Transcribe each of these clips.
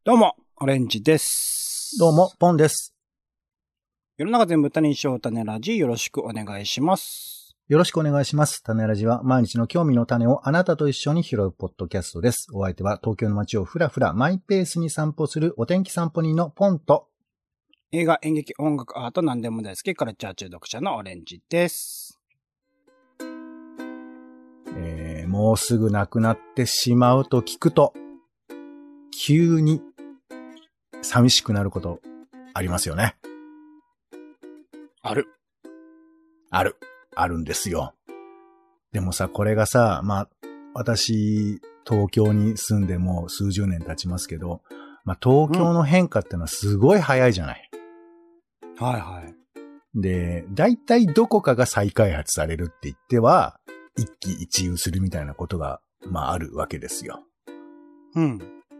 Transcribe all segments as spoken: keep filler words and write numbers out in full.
どうも、オレンジです。 どうも、ポンです。 世の中全部種にしよう種ラジ、よろしくお願いします。 よろしくお願いします。種ラジは毎日の興味の種をあなたと一緒に拾うポッドキャストです。お相手は東京の街をふらふらマイペースに散歩するお天気散歩人のポンと、 映画、演劇、音楽、アート、何でも大好きカルチャー中毒者のオレンジです。 えー、もうすぐ亡くなってしまうと聞くと、急に寂しくなることありますよね。 ある。 ある。あるんですよ。でもさ、これがさ、まあ、私、東京に住んでもう数十年経ちますけど、まあ、東京の変化ってのはすごい早いじゃない。 うん、はいはい。 で、大体どこかが再開発されるって言っては、一喜一憂するみたいなことが、まあ、あるわけですよ。 うん。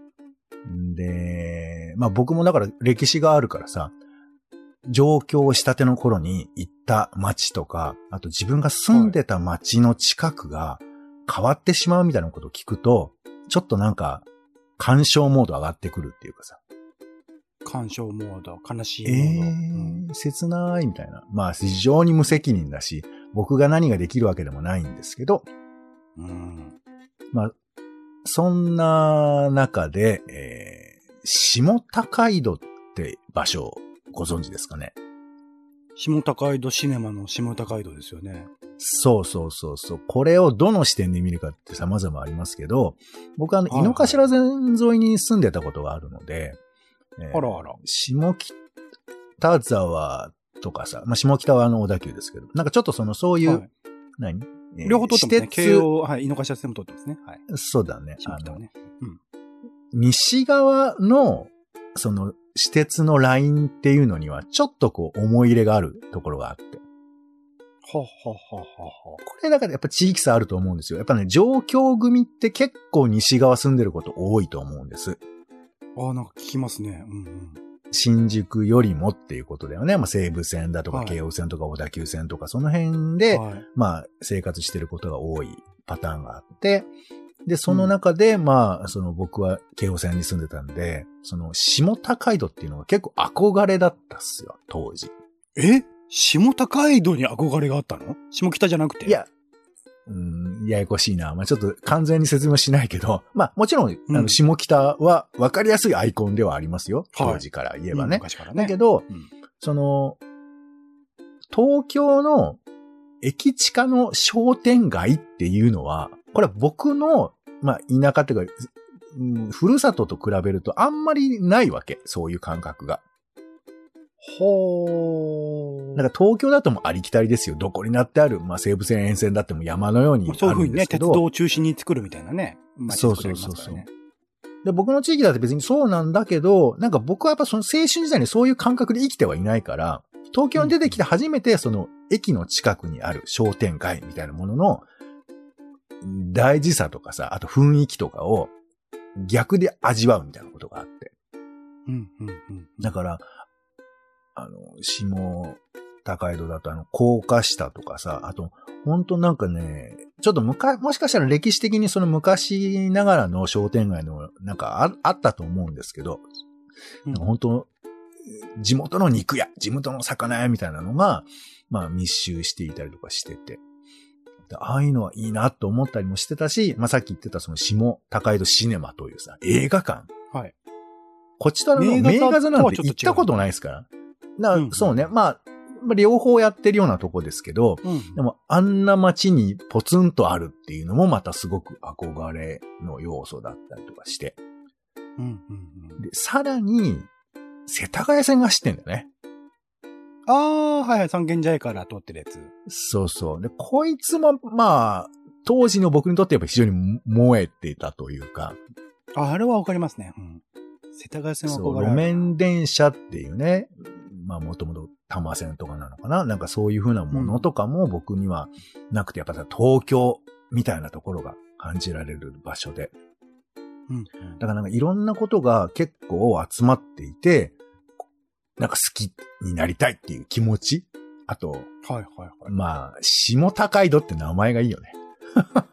で、まあ僕もだから歴史があるからさ、上京したての頃に行った街とか、あと自分が住んでた街の近くが変わってしまうみたいなことを聞くと、ちょっとなんか、干渉モード上がってくるっていうかさ。 干渉モード、悲しいモード。 えー、うん、切ないみたいな。まあ非常に無責任だし、僕が何ができるわけでもないんですけど、 うん、 まあ、そんな中で、えー、下高井戸って場所をご存知ですかね。 下高井戸シネマの下高井戸ですよね。 そうそうそうそう。これをどの視点で見るかって様々ありますけど、僕はあの、井の頭線沿いに住んでたことがあるので、 えー、あらあら。 下北沢とかさ、まあ、下北はあの小田急ですけど、なんかちょっとそのそういう、はい、何両方通ってますね。京王、はい、井の頭線も通ってますね。はい。 そうだね。 下北ね。うん。 西側の、その、私鉄のラインっていうのには、ちょっとこう、思い入れがあるところがあって。 ははははは。 これだからやっぱ地域差あると思うんですよ。やっぱね、上京組って結構西側住んでること多いと思うんです。 ああ、なんか聞きますね。うんうん。 新宿よりもっていうことだよね。まあ、西武線だとか、京王線とか小田急線とか、その辺で、はい、まあ、生活してることが多いパターンがあって、で、その中で、うん、まあ、その僕は京王線に住んでたんで、その下高井戸っていうのが結構憧れだったっすよ、当時。 え？下高井戸に憧れがあったの？下北じゃなくて？ いや、うん、ややこしいな。まあ、ちょっと完全に説明しないけど、まあ、もちろん、うん、あの、下北は分かりやすいアイコンではありますよ。当時から言えばね。はい、 昔からね。 だけど、 うん、 その、東京の駅地下の商店街っていうのは、これは僕の、まあ、田舎っていうか、うん、ふるさとと比べるとあんまりないわけ。そういう感覚が。 ほー。 なんか東京だともありきたりですよ。どこになってある。まあ、西武線沿線だっても山のようにあるんですけど。 そういうふうにね、鉄道を中心に作るみたいなね。 そうそうそうそう。で、僕の地域だって別にそうなんだけど、なんか僕はやっぱその青春時代にそういう感覚で生きてはいないから、東京に出てきて初めてその駅の近くにある商店街みたいなものの大事さとかさ、あと雰囲気とかを逆で味わうみたいなことがあって。 うんうんうん、 だから、あの、下高井戸だとあの、高架下とかさ、あと、ほんとなんかね、ちょっと昔、もしかしたら歴史的にその昔ながらの商店街のなんか あ, あったと思うんですけど、うん、なんか本当地元の肉屋、地元の魚屋みたいなのが、まあ密集していたりとかしてて、ああいうのはいいなと思ったりもしてたし、まあさっき言ってたその下高井戸シネマというさ、映画館。 はい。 こちらの名画座なんて行ったことないですから。だからそうね、まあ、両方やってるようなとこですけど、うん、でもあんな街にポツンとあるっていうのもまたすごく憧れの要素だったりとかして。 うんうんうん、 でさらに、世田谷線が走ってんだよね。 ああ、はいはい、三軒茶屋から通ってるやつ。 そうそう。で、こいつも、まあ、当時の僕にとってやっぱ非常に燃えていたというか。 あ、あれはわかりますね。うん。世田谷線はそう、路面電車っていうね、まあもともと多摩線とかなのかな、なんかそういう風なものとかも僕にはなくて、やっぱ東京みたいなところが感じられる場所で。 うん。 だからなんかいろんなことが結構集まっていて、なんか好きになりたいっていう気持ち。あと、 はいはいはい。 まあ、下高井戸って名前がいいよね。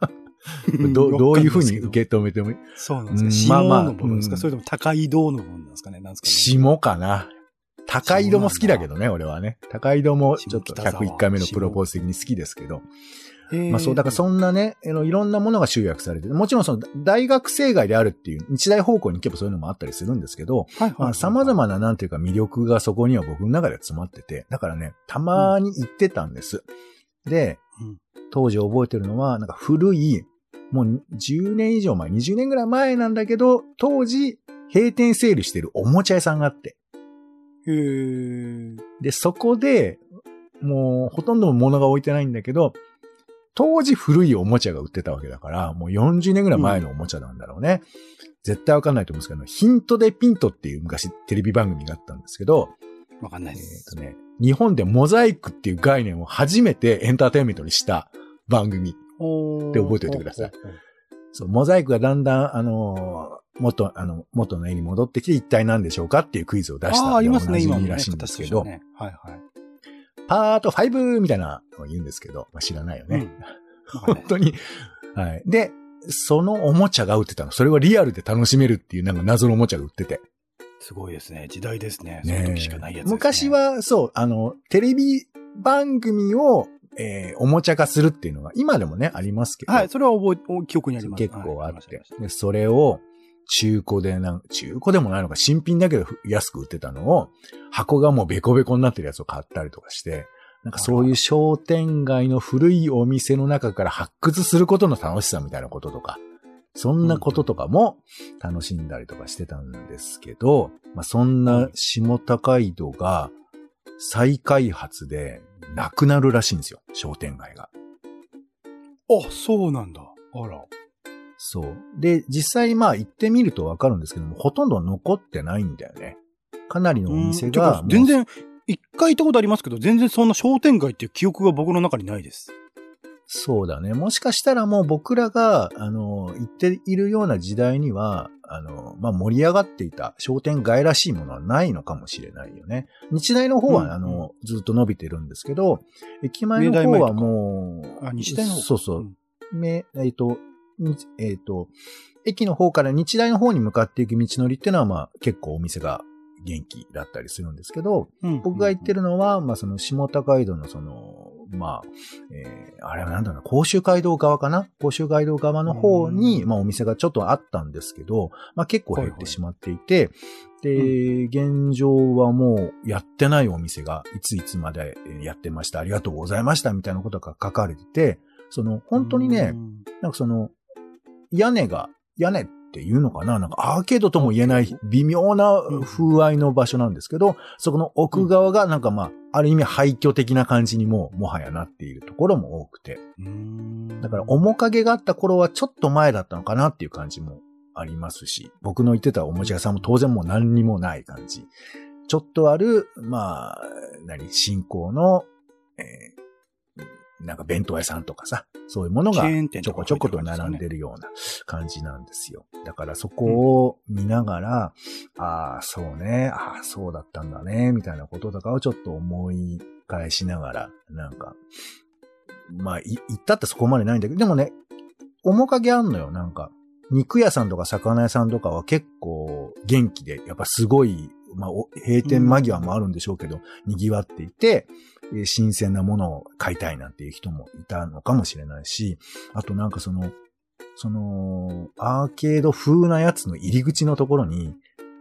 どどういうふうに受け止めてもいい？ そうなんですか。 うんまあまあ下の部分ですか、 うんそれとも高い道の部分なんですかね。なんですかね。 下かな。高井戸も好きだけどね、俺はね。高井戸もちょっと下北沢ひゃくいっかいめのプロポーズ的に好きですけど。 へーまあそう、だからそんなね、あのいろんなものが集約されてる。もちろんその大学生街であるっていう日大方向に行けばそういうのもあったりするんですけど、 はいはいはいはい、 まあ様々ななんていうか魅力がそこには僕の中で詰まってて、だからね、たまに行ってたんです。で、 うん当時覚えてるのは、なんか古い、もうじゅうねん以上前、にじゅうねんぐらい前なんだけど、当時閉店セールしてるおもちゃ屋さんがあって。 へー。 で、そこで、もうほとんどのものが置いてないんだけど、当時古いおもちゃが売ってたわけだから、もうよんじゅうねんぐらい前のおもちゃなんだろうね。うん、絶対わかんないと思うんですけど、ヒントでピントっていう昔テレビ番組があったんですけど、 わかんないです。 えっとね、日本でモザイクっていう概念を初めてエンターテインメントにした番組って覚えておいてください。そう、モザイクがだんだん、あのー、元、あの、元の絵に戻ってきて一体何でしょうかっていうクイズを出したああ、ありますね、 おなじ今もね。 みらしいんですけど、 ね、はいはい。 パートファイブみたいなのを言うんですけど、まあ、知らないよね。うん、本当に。はい。で、そのおもちゃが売ってたの。それはリアルで楽しめるっていうなんか謎のおもちゃが売ってて。 すごいですね。時代ですね。その時しかないやつですね。 昔は、そう、あの、テレビ番組を、えー、おもちゃ化するっていうのが、今でもね、ありますけど。 はい、それは覚え、記憶にあります。 結構あって。はい、で、それを、中古でなん、中古でもないのか、新品だけど安く売ってたのを、箱がもうベコベコになってるやつを買ったりとかして、なんかそういう商店街の古いお店の中から発掘することの楽しさみたいなこととか、そんなこととかも楽しんだりとかしてたんですけど、まあそんな下高井戸が再開発でなくなるらしいんですよ、商店街が。 あ、そうなんだ。あら。 そう。で、実際まあ行ってみるとわかるんですけども、ほとんど残ってないんだよね。かなりのお店が。 全然、一回行ったことありますけど、全然そんな商店街っていう記憶が僕の中にないです。 そうだね。もしかしたらもう僕らが、あの、行っているような時代には、あの、まあ、盛り上がっていた商店街らしいものはないのかもしれないよね。日大の方は、うん、あの、ずっと伸びてるんですけど、駅前の方はもう、 あ、日大の方そうそう。うん、め、えっと、えっと、駅の方から日大の方に向かっていく道のりっていうのは、まあ、結構お店が元気だったりするんですけど、うん、僕が言ってるのは、まあ、その下高井戸のその、まあ、えー、あれはなんだろうな、甲州街道側かな甲州街道側の方に、まあお店がちょっとあったんですけど、まあ結構減ってしまっていて、はいはい、で、うん、現状はもうやってないお店がいついつまでやってました、ありがとうございましたみたいなことが書かれてて、その本当にね、なんかその屋根が、屋根っていうのかななんかアーケードとも言えない微妙な風合いの場所なんですけど、そこの奥側がなんかまあ、ある意味廃墟的な感じにももはやなっているところも多くて。だから面影があった頃はちょっと前だったのかなっていう感じもありますし、僕の言ってたおもちゃ屋さんも当然もう何にもない感じ。ちょっとある、まあ、何、新興の、えーなんか弁当屋さんとかさ、そういうものがちょこちょこと並んでるような感じなんですよ。だからそこを見ながら、うん、ああ、そうね、ああ、そうだったんだね、みたいなこととかをちょっと思い返しながら、なんか、まあ、い行ったってそこまでないんだけど、でもね、面影あんのよ、なんか。肉屋さんとか魚屋さんとかは結構元気で、やっぱすごい、まあ、閉店間際もあるんでしょうけど、うん、賑わっていて、新鮮なものを買いたいなんていう人もいたのかもしれないし、あとなんかその、その、アーケード風なやつの入り口のところに、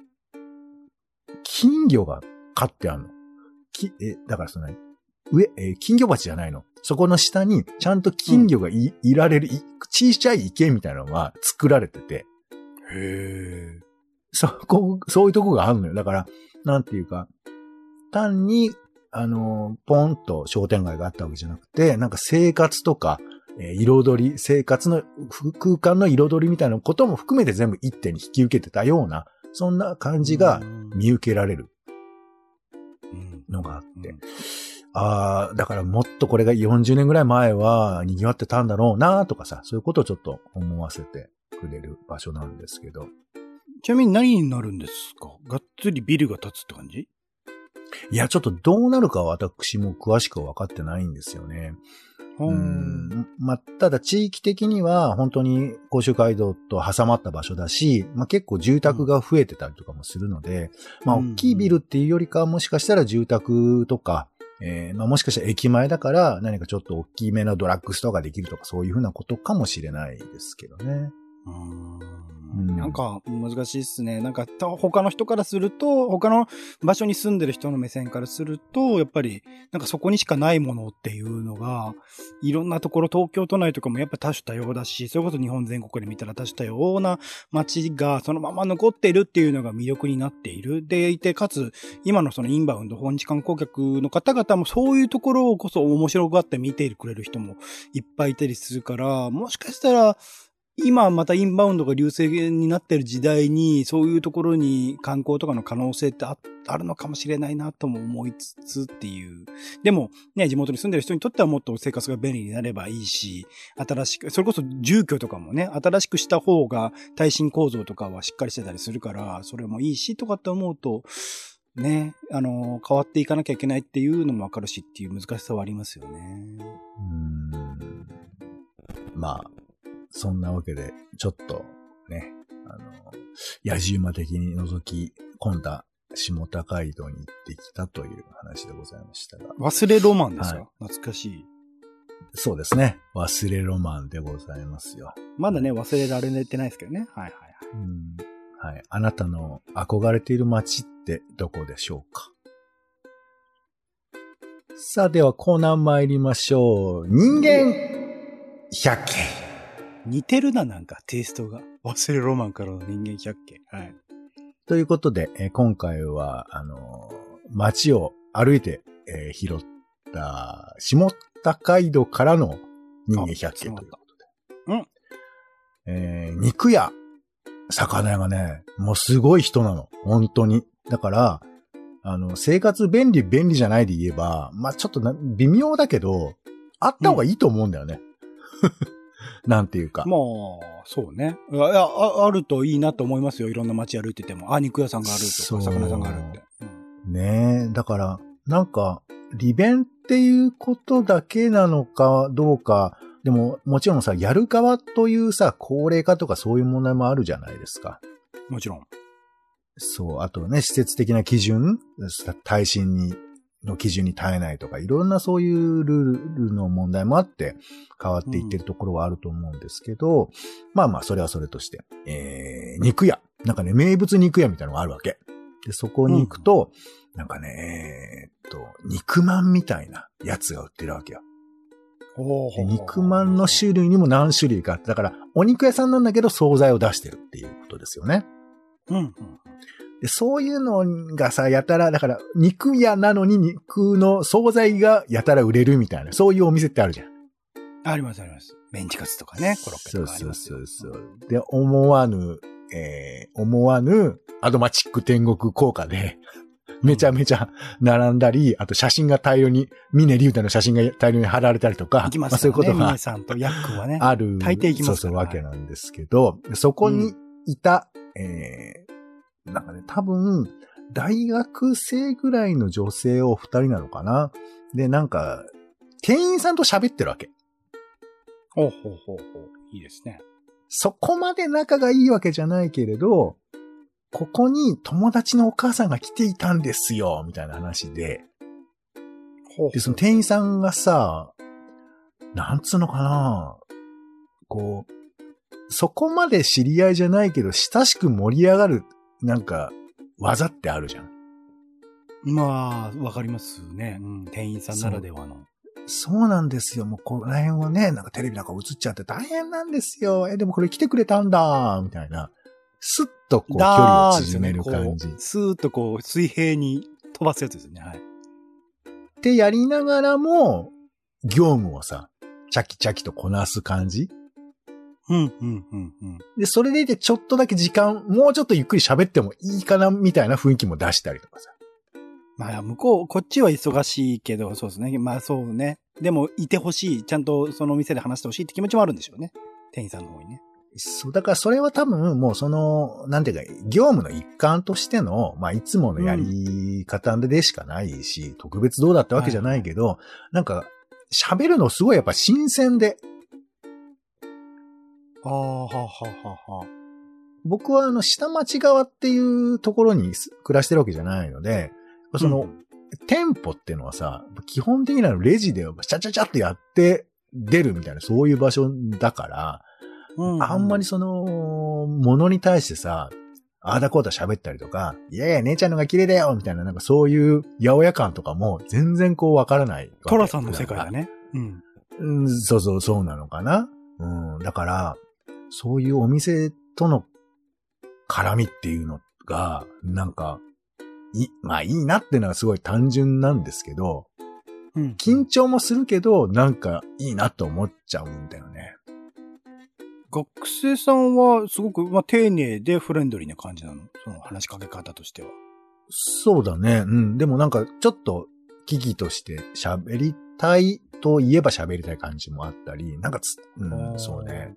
金魚が飼ってあるの。き、え、だからその、上、え、金魚鉢じゃないの。そこの下に、ちゃんと金魚がい、うん、いられる、小さい池みたいなのが作られてて。 へー。 そこ、そういうとこがあるのよ。だから、なんていうか、単に、あの、ポンと商店街があったわけじゃなくて、なんか生活とか、えー、彩り、生活の空間の彩りみたいなことも含めて全部一手に引き受けてたような、そんな感じが見受けられるのがあって。ああ、だからもっとこれがよんじゅうねんぐらい前は賑わってたんだろうなとかさ、そういうことをちょっと思わせてくれる場所なんですけど。 ちなみに何になるんですか？がっつりビルが建つって感じ？ いや、ちょっとどうなるかは私も詳しくは分かってないんですよね。 うん。まあ、ただ地域的には本当に甲州街道と挟まった場所だし、まあ結構住宅が増えてたりとかもするので、うん、まあ大きいビルっていうよりかはもしかしたら住宅とか、えー、まあもしかしたら駅前だから何かちょっと大きめのドラッグストアができるとかそういうふうなことかもしれないですけどね。 うん、なんか難しいっすね。なんか他の人からすると、他の場所に住んでる人の目線からすると、やっぱりなんかそこにしかないものっていうのが、いろんなところ、東京都内とかもやっぱ多種多様だし、それこそ日本全国で見たら多種多様な街がそのまま残っているっていうのが魅力になっている。でいて、かつ今のそのインバウンド、訪日観光客の方々もそういうところをこそ面白がって見てくれる人もいっぱいいたりするから、もしかしたら、今またインバウンドが隆盛になってる時代に、そういうところに観光とかの可能性って あ, あるのかもしれないなとも思いつつっていう。でもね、地元に住んでる人にとってはもっと生活が便利になればいいし、新しく、それこそ住居とかもね、新しくした方が耐震構造とかはしっかりしてたりするから、それもいいしとかって思うと、ね、あの、変わっていかなきゃいけないっていうのもわかるしっていう難しさはありますよね。 うーん。まあ。そんなわけで、ちょっとね、あの、野じ馬的に覗き込んだ下高井戸に行ってきたという話でございましたが。 忘れロマンですか、はい、懐かしい。 そうですね。忘れロマンでございますよ。 まだね、忘れられてないですけどね。はいはいはい。 うん、はい。あなたの憧れている街ってどこでしょうか。さあ、ではコーナー参りましょう。人間百景。 似てるな、なんか、テイストが。忘れロマンからの人間百景。はい。 ということで、えー、今回は、あのー、街を歩いて、えー、拾った下高井戸からの人間百景ということで。 うん。 えー、肉屋、魚屋がね、もうすごい人なの。本当に。だから、あの、生活便利便利じゃないで言えば、まあ、ちょっとな微妙だけど、あった方がいいと思うんだよね。うんなんていうか。 まあ、そうね。いや、あ、あるといいなと思いますよ。いろんな街歩いてても。あ、肉屋さんがあるとか、魚屋さんがあるって。 うん、ねえ。だから、なんか、利便っていうことだけなのかどうか、でも、もちろんさ、やる側というさ、高齢化とかそういう問題もあるじゃないですか。 もちろん。 そう。あとね、施設的な基準、耐震に、の基準に耐えないとか、いろんなそういうルールの問題もあって変わっていってるところはあると思うんですけど、うん、まあまあ、それはそれとして、えー、肉屋。なんかね、名物肉屋みたいなのがあるわけ。で、そこに行くと、うん、なんかね、えー、っと、肉まんみたいなやつが売ってるわけよ。で肉まんの種類にも何種類かあって、だから、お肉屋さんなんだけど、惣菜を出してるっていうことですよね。 うん、うん。 でそういうのがさ、やたら、だから、肉屋なのに肉の惣菜がやたら売れるみたいな、そういうお店ってあるじゃん。 ありますあります。メンチカツとかね、コロッケとかありますよ。 そうそうそうそう。で、思わぬ、えー、思わぬアドマチック天国効果で、めちゃめちゃ並んだり、あと写真が大量に、峰竜太の写真が大量に貼られたりとか、 行きますよね、 まあ、そういうことが、 峰さんとヤックはね、 ある、 大抵行きますから、 そうそうわけなんですけど、そこにいた、うん、えー、なんかね、多分、大学生ぐらいの女性を二人なのかな。で、なんか、店員さんと喋ってるわけ。 ほうほうほうほう。いいですね。 そこまで仲がいいわけじゃないけれど、ここに友達のお母さんが来ていたんですよ、みたいな話で。 ほう。 で、その店員さんがさ、なんつうのかな、こう、そこまで知り合いじゃないけど、親しく盛り上がる、なんか、技ってあるじゃん。 まあ、わかりますね。うん、店員さんならではの。 そ, そうなんですよ。もうこの辺はね、なんかテレビなんか映っちゃって大変なんですよ。え、でもこれ来てくれたんだ、みたいな。スッとこう距離を縮める感じ。 ね、スーッとこう水平に飛ばすやつですよね。はい。 ってやりながらも、業務をさ、チャキチャキとこなす感じ。 うん、うん、うん、うん。 で、それでいてちょっとだけ時間、もうちょっとゆっくり喋ってもいいかな、みたいな雰囲気も出したりとかさ。 まあ、向こう、こっちは忙しいけど、そうですね。まあ、そうね。でも、いてほしい。ちゃんとその店で話してほしいって気持ちもあるんでしょうね。店員さんの方にね。 そう、だからそれは多分、もうその、なんていうか、業務の一環としての、まあ、いつものやり方でしかないし、うん、特別どうだったわけじゃないけど、はい、なんか、 喋るのすごいやっぱ新鮮で。 ああ、はははは。 僕はあの、下町側っていうところに暮らしてるわけじゃないので、その、うん、店舗っていうのはさ、基本的なレジでチャチャチャってやって出るみたいな、そういう場所だから、うんうん、あんまりその、ものに対してさ、ああだこうだ喋ったりとか、いやいや、姉ちゃんのが綺麗だよみたいな、なんかそういう八百屋感とかも全然こうわからない。 トラさんの世界だね。うん。 うん、そうそう、そうなのかな。うん。だから、そういうお店との絡みっていうのが、なんか、い、まあいいなっていうのはすごい単純なんですけど、うん、緊張もするけど、なんかいいなと思っちゃうんだよね。 学生さんはすごく、まあ、丁寧でフレンドリーな感じなの？その話しかけ方としては。 そうだね。うん。でもなんかちょっと危機として喋りたいと言えば喋りたい感じもあったり、なんかつ、うん、そうね。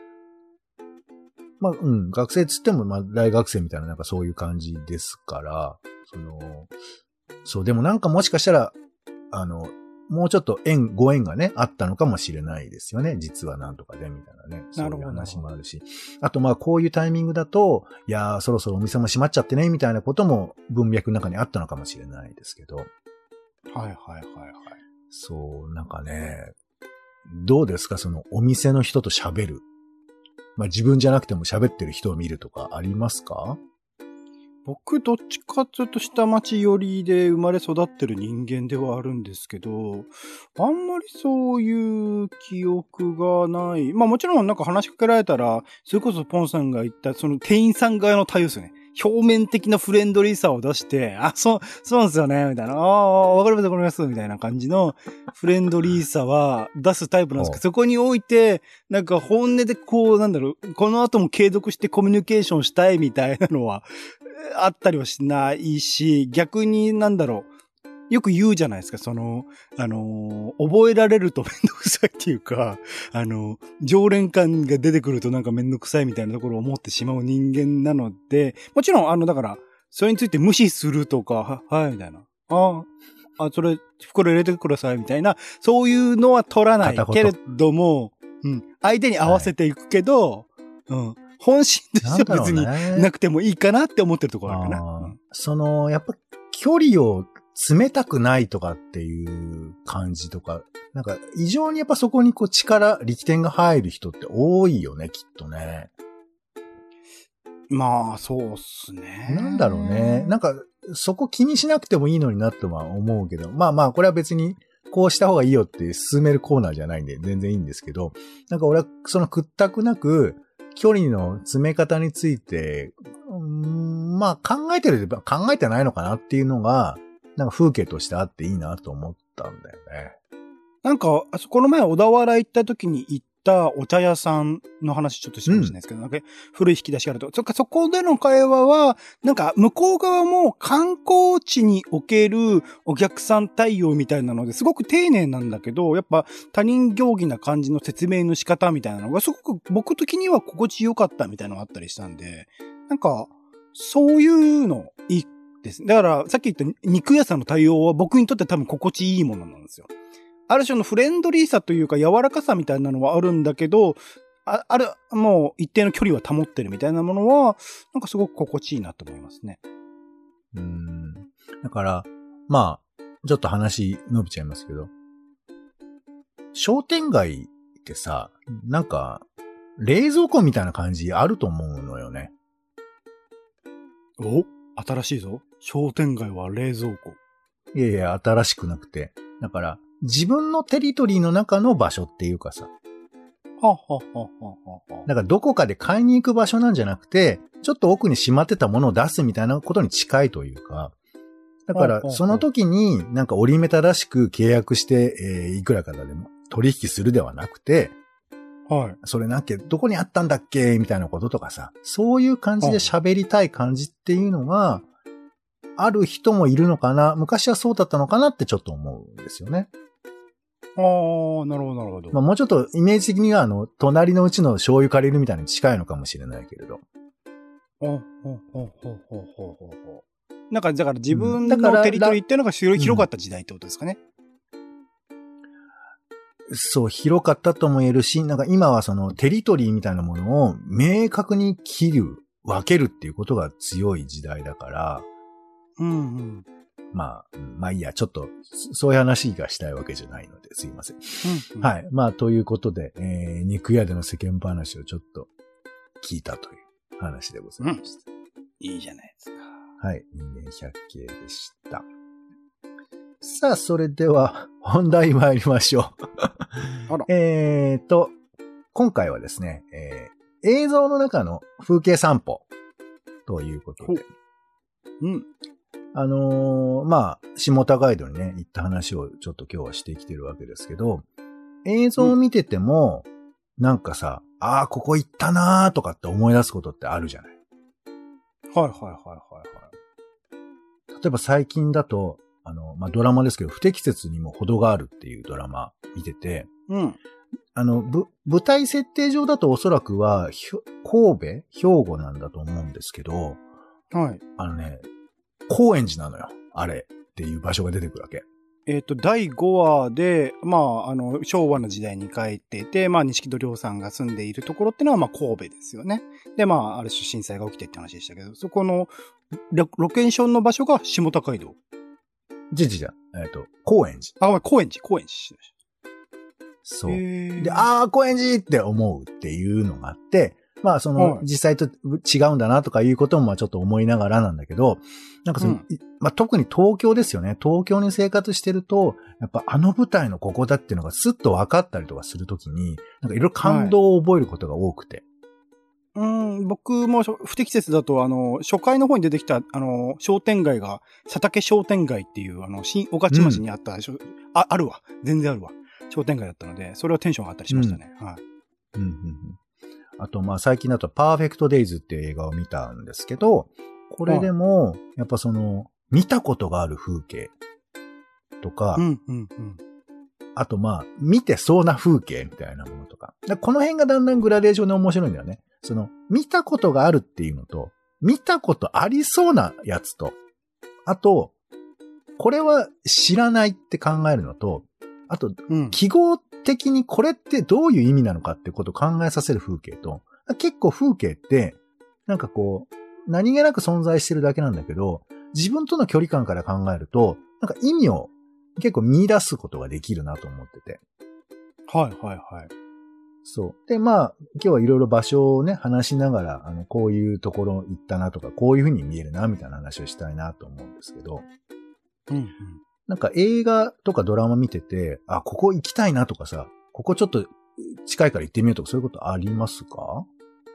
まあ、うん、学生つっても、まあ、大学生みたいな、なんかそういう感じですから、その、そう、でもなんかもしかしたら、あの、もうちょっと縁、ご縁がね、あったのかもしれないですよね。実はなんとかで、みたいなね。そういう話もあるし。あと、まあ、こういうタイミングだと、いやー、そろそろお店も閉まっちゃってね、みたいなことも文脈の中にあったのかもしれないですけど。はいはいはいはい。 そう、なんかね、どうですか、そのお店の人と喋る。まあ、自分じゃなくても喋ってる人を見るとかありますか？ 僕、どっちかというと下町寄りで生まれ育ってる人間ではあるんですけど、あんまりそういう記憶がない。まあもちろんなんか話しかけられたら、それこそポンさんが言ったその店員さん側の対応ですよね。表面的なフレンドリーさを出して、あ、そう、そうなんですよね、みたいな。ああ、わかりますわかります、みたいな感じのフレンドリーさは出すタイプなんですけど、そこにおいて、なんか本音でこう、なんだろう、この後も継続してコミュニケーションしたいみたいなのは、あったりはしないし、逆になんだろう。よく言うじゃないですか、その、あのー、覚えられるとめんどくさいっていうか、あのー、常連感が出てくるとなんかめんどくさいみたいなところを思ってしまう人間なので、もちろん、あの、だから、それについて無視するとか、は、はい、みたいな。ああ、あ、それ、袋入れてください、みたいな、そういうのは取らないけれども、うん、相手に合わせていくけど、はい、うん。本心としては別になくてもいいかなって思ってるところあるかな。うん、 その、やっぱ距離を詰めたくないとかっていう感じとか、なんか異常にやっぱそこにこう力、力点が入る人って多いよね、きっとね。 まあ、そうっすね。 なんだろうね。なんか、そこ気にしなくてもいいのになっては思うけど、まあまあ、これは別にこうした方がいいよって進めるコーナーじゃないんで全然いいんですけど、なんか俺はその屈託なく、距離の詰め方について、うーん、まあ考えてる、考えてないのかなっていうのが、なんか風景としてあっていいなと思ったんだよね。 なんか、あそこの前小田原行った時に行ったお茶屋さんの話ちょっとしたかもしれないですけど、うん、なんか古い引き出しがあると。そっか、そこでの会話は、なんか向こう側も観光地におけるお客さん対応みたいなのですごく丁寧なんだけど、やっぱ他人行儀な感じの説明の仕方みたいなのがすごく僕的には心地よかったみたいなのがあったりしたんで、なんか、そういうのいいです。だから、さっき言った肉屋さんの対応は僕にとって多分心地いいものなんですよ。ある種のフレンドリーさというか柔らかさみたいなのはあるんだけど、あ、ある、もう一定の距離は保ってるみたいなものは、なんかすごく心地いいなと思いますね。 うーん。だから、まあ、ちょっと話伸びちゃいますけど、商店街ってさ、なんか、冷蔵庫みたいな感じあると思うのよね。 お？新しいぞ。商店街は冷蔵庫。 いやいや、新しくなくて。だから、自分のテリトリーの中の場所っていうかさ。 ははははは。 だからどこかで買いに行く場所なんじゃなくて、ちょっと奥にしまってたものを出すみたいなことに近いというか。だから、その時になんか折り目正しく契約して、えー、いくらかでも取引するではなくて、 はい。 それなっけ、どこにあったんだっけみたいなこととかさ。そういう感じで喋りたい感じっていうのが、ある人もいるのかな、昔はそうだったのかなってちょっと思うんですよね。 ああ、なるほど、なるほど。 まあもうちょっとイメージ的にはあの、隣のうちの醤油借りるみたいに近いのかもしれないけれど。 ほうほうほうほうほうほうほう。なんか、だから自分のテリトリーっていうのが広かった時代ってことですかね。 そう、広かったとも言えるし、なんか今はそのテリトリーみたいなものを明確に切る、分けるっていうことが強い時代だから、 うんうん。 まあ、まあいいや、ちょっと、そういう話がしたいわけじゃないので、すいません。 うんうん、 はい。まあ、ということで、えー、肉屋での世間話をちょっと聞いたという話でございました。うん、 いいじゃないですか。はい。人間百景でした。さあ、それでは、本題参りましょう。あら。えーと、今回はですね、えー、映像の中の風景散歩ということで。 うん。 あのー、まあ、下高井戸にね、行った話をちょっと今日はしてきてるわけですけど、映像を見てても、うん、なんかさ、ああ、ここ行ったなーとかって思い出すことってあるじゃない。 はいはいはいはいはい。 例えば最近だと、あの、まあ、ドラマですけど、不適切にも程があるっていうドラマ見てて、 うん。 あの、ぶ、舞台設定上だとおそらくは、神戸兵庫なんだと思うんですけど、 はい。 あのね、高円寺なのよ。あれっていう場所が出てくるわけ。 えっと、だいごわで、まあ、あの、昭和の時代に帰っていて、まあ、錦戸亮さんが住んでいるところってのは、まあ、神戸ですよね。で、まあ、ある種震災が起きてって話でしたけど、そこのロ、ロケーションの場所が下高井戸。 じじじゃ、えっと、高円寺。 あ、まあ、高円寺、高円寺。 そう。で、ああ、高円寺って思うっていうのがあって、まあ、その、はい、実際と違うんだなとかいうことも、まあ、ちょっと思いながらなんだけど、なんかその、うん、まあ、特に東京ですよね。東京に生活してると、やっぱあの舞台のここだっていうのがスッと分かったりとかするときに、なんかいろいろ感動を覚えることが多くて。 はい、うん、僕も不適切だと、あの、初回の方に出てきた、あの、商店街が、佐竹商店街っていう、あの、新御徒町にあった、うん、あ、あるわ。全然あるわ。商店街だったので、それはテンションがあったりしましたね。うん、はい。 うんうんうん、あと、まあ、最近だと、パーフェクトデイズっていう映画を見たんですけど、これでも、やっぱその、見たことがある風景とか、 うんうんうん、 あと、まあ、見てそうな風景みたいなものとか。この辺がだんだんグラデーションで面白いんだよね。その、見たことがあるっていうのと、見たことありそうなやつと、あと、これは知らないって考えるのと、あと、うん、記号的にこれってどういう意味なのかってことを考えさせる風景と、結構風景って、なんかこう、何気なく存在してるだけなんだけど、自分との距離感から考えると、なんか意味を結構見出すことができるなと思ってて。 はいはいはい。 そう。で、まあ、今日はいろいろ場所をね、話しながら、あの、こういうところ行ったなとか、こういう風に見えるな、みたいな話をしたいなと思うんですけど。 うんうん。 なんか映画とかドラマ見てて、あ、ここ行きたいなとかさ、ここちょっと近いから行ってみようとか、そういうことありますか？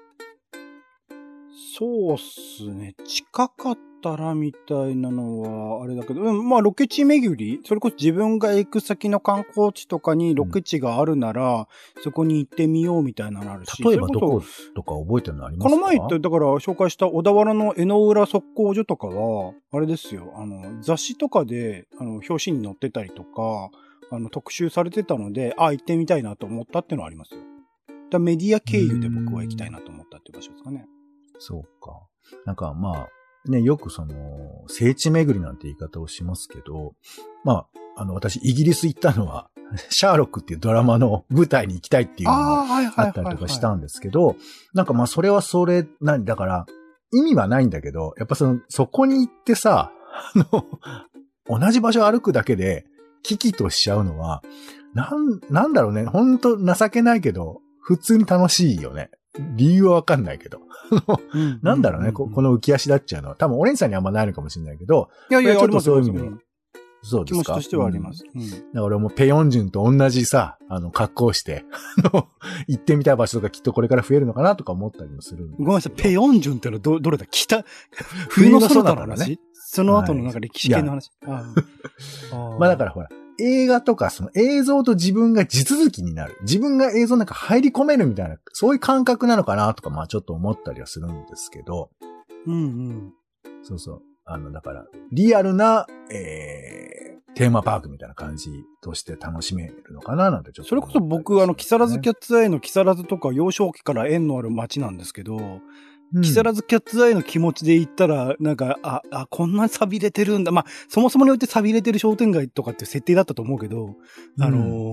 そうっすね。近かったらみたいなのは、あれだけど、うん、まあ、ロケ地巡り、それこそ自分が行く先の観光地とかにロケ地があるなら、うん、そこに行ってみようみたいなのあるし。 例えばどことか覚えてるのありますか？ この前言った、だから紹介した小田原の江ノ浦測候所とかは、あれですよ、あの、雑誌とかで、あの、表紙に載ってたりとか、あの、特集されてたので、あ、行ってみたいなと思ったっていうのはありますよ。だメディア経由で僕は行きたいなと思ったっていう場所ですかね。 そうか。なんかまあ、ね、よくその、聖地巡りなんて言い方をしますけど、まあ、あの、私、イギリス行ったのは、シャーロックっていうドラマの舞台に行きたいっていうのがあったりとかしたんですけど、なんかまあ、それはそれ、なんだから、意味はないんだけど、やっぱその、そこに行ってさ、あの、同じ場所を歩くだけで、危機としちゃうのは、なん、なんだろうね、ほんと情けないけど、普通に楽しいよね。理由はわかんないけど。なんだろうね、こ、この浮き足立っちゃうのは。多分、オレンジさんにあんまないのかもしれないけど。 いやいや、 ちょっとそういう意味で。そうですか。 気持ちとしてはあります。 うん。だから俺もペヨンジュンと同じさ、あの、格好して、あの、行ってみたい場所とかきっとこれから増えるのかなとか思ったりもするんです。 ごめんなさい、ペヨンジュンってのはど、どれだ北、冬の空の話、ね、その後のなんか歴史系の話。 はい、あまあだからほら、映画とかその映像と自分が地続きになる。自分が映像の中入り込めるみたいな、そういう感覚なのかなとか、まあちょっと思ったりはするんですけど。 うんうん。 そうそう。あの、だから、リアルな、えー、テーマパークみたいな感じとして楽しめるのかななんてちょっと、 ね。それこそ僕、あの、木更津キャッツアイの木更津とか幼少期から縁のある街なんですけど、うん、木更津キャッツアイの気持ちで行ったら、なんか、あ、あ、こんなに錆びれてるんだ。まあ、そもそもにおいて錆びれてる商店街とかっていう設定だったと思うけど、うん、あの、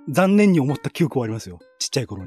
残念に思った記憶はありますよ。ちっちゃい頃に。 うん。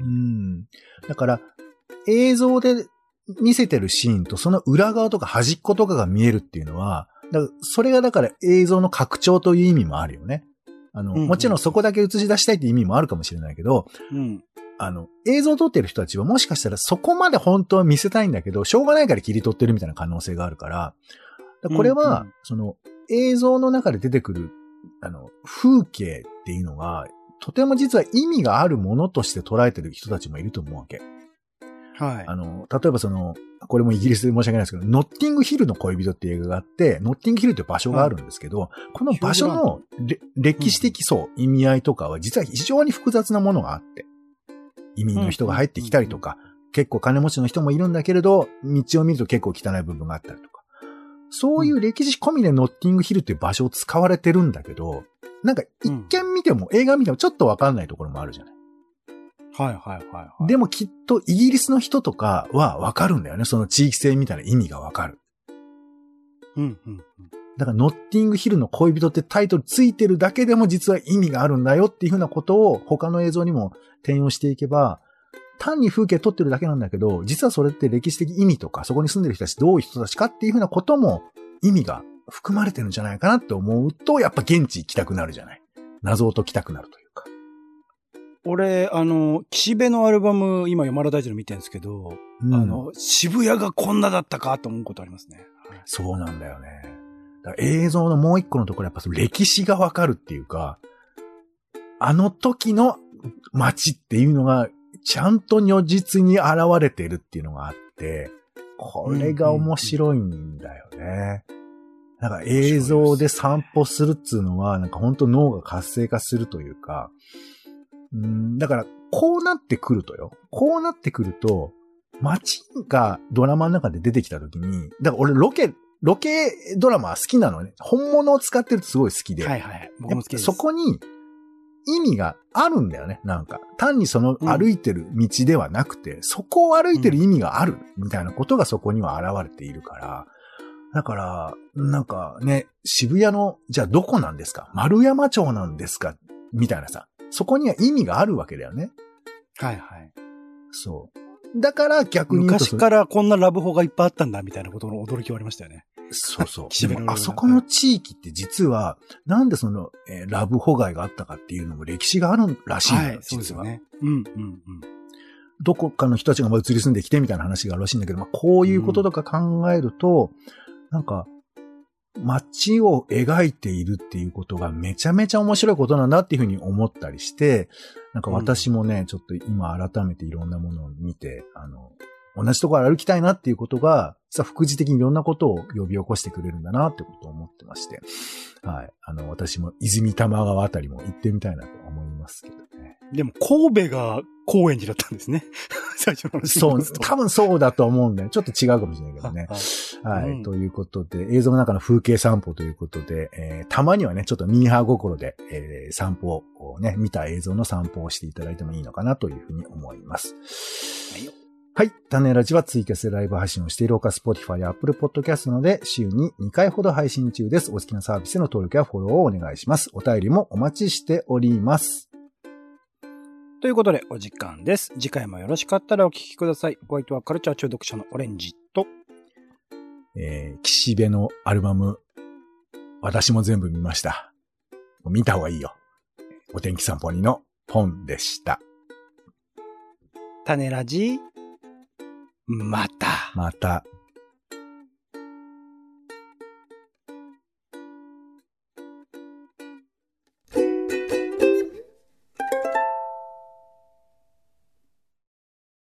だから、映像で見せてるシーンとその裏側とか端っことかが見えるっていうのは、だからそれがだから映像の拡張という意味もあるよね。あの、うんうん、もちろんそこだけ映し出したいっていう意味もあるかもしれないけど、うん、あの、映像を撮ってる人たちはもしかしたらそこまで本当は見せたいんだけど、しょうがないから切り取ってるみたいな可能性があるから、からこれは、うんうん、その映像の中で出てくる、あの、風景っていうのが、とても実は意味があるものとして捉えてる人たちもいると思うわけ。 はい。 あの、例えばその、これもイギリスで申し訳ないですけど、ノッティングヒルの恋人っていう映画があって、ノッティングヒルっていう場所があるんですけど、はい、この場所の歴史的、そう、意味合いとかは実は非常に複雑なものがあって、移民の人が入ってきたりとか、結構金持ちの人もいるんだけれど、道を見ると結構汚い部分があったりとか、そういう歴史込みでノッティングヒルっていう場所を使われてるんだけど、なんか一見見ても、うん、映画見てもちょっとわかんないところもあるじゃない。 はいはいはい、はい。 でもきっとイギリスの人とかはわかるんだよね。その地域性みたいな意味がわかる。 うんうんうん。 だからノッティングヒルの恋人ってタイトルついてるだけでも実は意味があるんだよっていうふうなことを他の映像にも転用していけば、単に風景撮ってるだけなんだけど、実はそれって歴史的意味とか、そこに住んでる人たちどういう人たちかっていうふうなことも意味が含まれてるんじゃないかなって思うと、やっぱ現地行きたくなるじゃない。謎を解きたくなるというか。 俺、あの、岸辺のアルバム、今山田大臣の見てるんですけど、うん、あの、渋谷がこんなだったかと思うことありますね。 そうなんだよね。だから映像のもう一個のところやっぱその歴史がわかるっていうか、あの時の街っていうのがちゃんと如実に現れてるっていうのがあって、これが面白いんだよね。うんうんうん、なんか映像で散歩するっつうのは、なんか本当脳が活性化するというか、うん、だからこうなってくるとよ。こうなってくると、街がドラマの中で出てきたときに、だから俺ロケ、ロケドラマ好きなのね。本物を使ってるとすごい好きで。 はいはい。僕も好きです。 そこに意味があるんだよね。なんか。単にその歩いてる道ではなくて、うん、そこを歩いてる意味があるみたいなことがそこには現れているから。だから、なんかね、渋谷の、じゃあどこなんですか？丸山町なんですか？みたいなさ。そこには意味があるわけだよね。 はいはい。 そう。だから逆に言うと。 昔からこんなラブホがいっぱいあったんだみたいなことの驚きはありましたよね。 そうそう。でもあそこの地域って実は、なんでその、えー、ラブホ街があったかっていうのも歴史があるらしいんだよ、はい、実は。ね、うんうんうん。どこかの人たちが移り住んできてみたいな話があるらしいんだけど、まあ、こういうこととか考えると、うん、なんか、街を描いているっていうことがめちゃめちゃ面白いことなんだっていうふうに思ったりして、なんか私もね、うん、ちょっと今改めていろんなものを見て、あの、同じところ歩きたいなっていうことが、実は副次的にいろんなことを呼び起こしてくれるんだなってことを思ってまして、はい。あの、私も泉多摩川あたりも行ってみたいなと思いますけどね。 でも神戸が高円寺だったんですね。最初の話。 そう、多分そうだと思うんで、ちょっと違うかもしれないけどね。はい、うん。ということで、映像の中の風景散歩ということで、えー、たまにはね、ちょっとミーハー心で、えー、散歩をね、見た映像の散歩をしていただいてもいいのかなというふうに思います。はい。はい。種ラジはツイキャスでライブ配信をしているほか、Spotify や Apple Podcast などで週ににかいほど配信中です。お好きなサービスへの登録やフォローをお願いします。お便りもお待ちしております。 ということで、お時間です。次回もよろしかったらお聞きください。お相手はカルチャー中毒者のオレンジと、 えー、岸辺のアルバム、私も全部見ました。見た方がいいよ。お天気散歩にのポンでした。 種ラジまた。 また。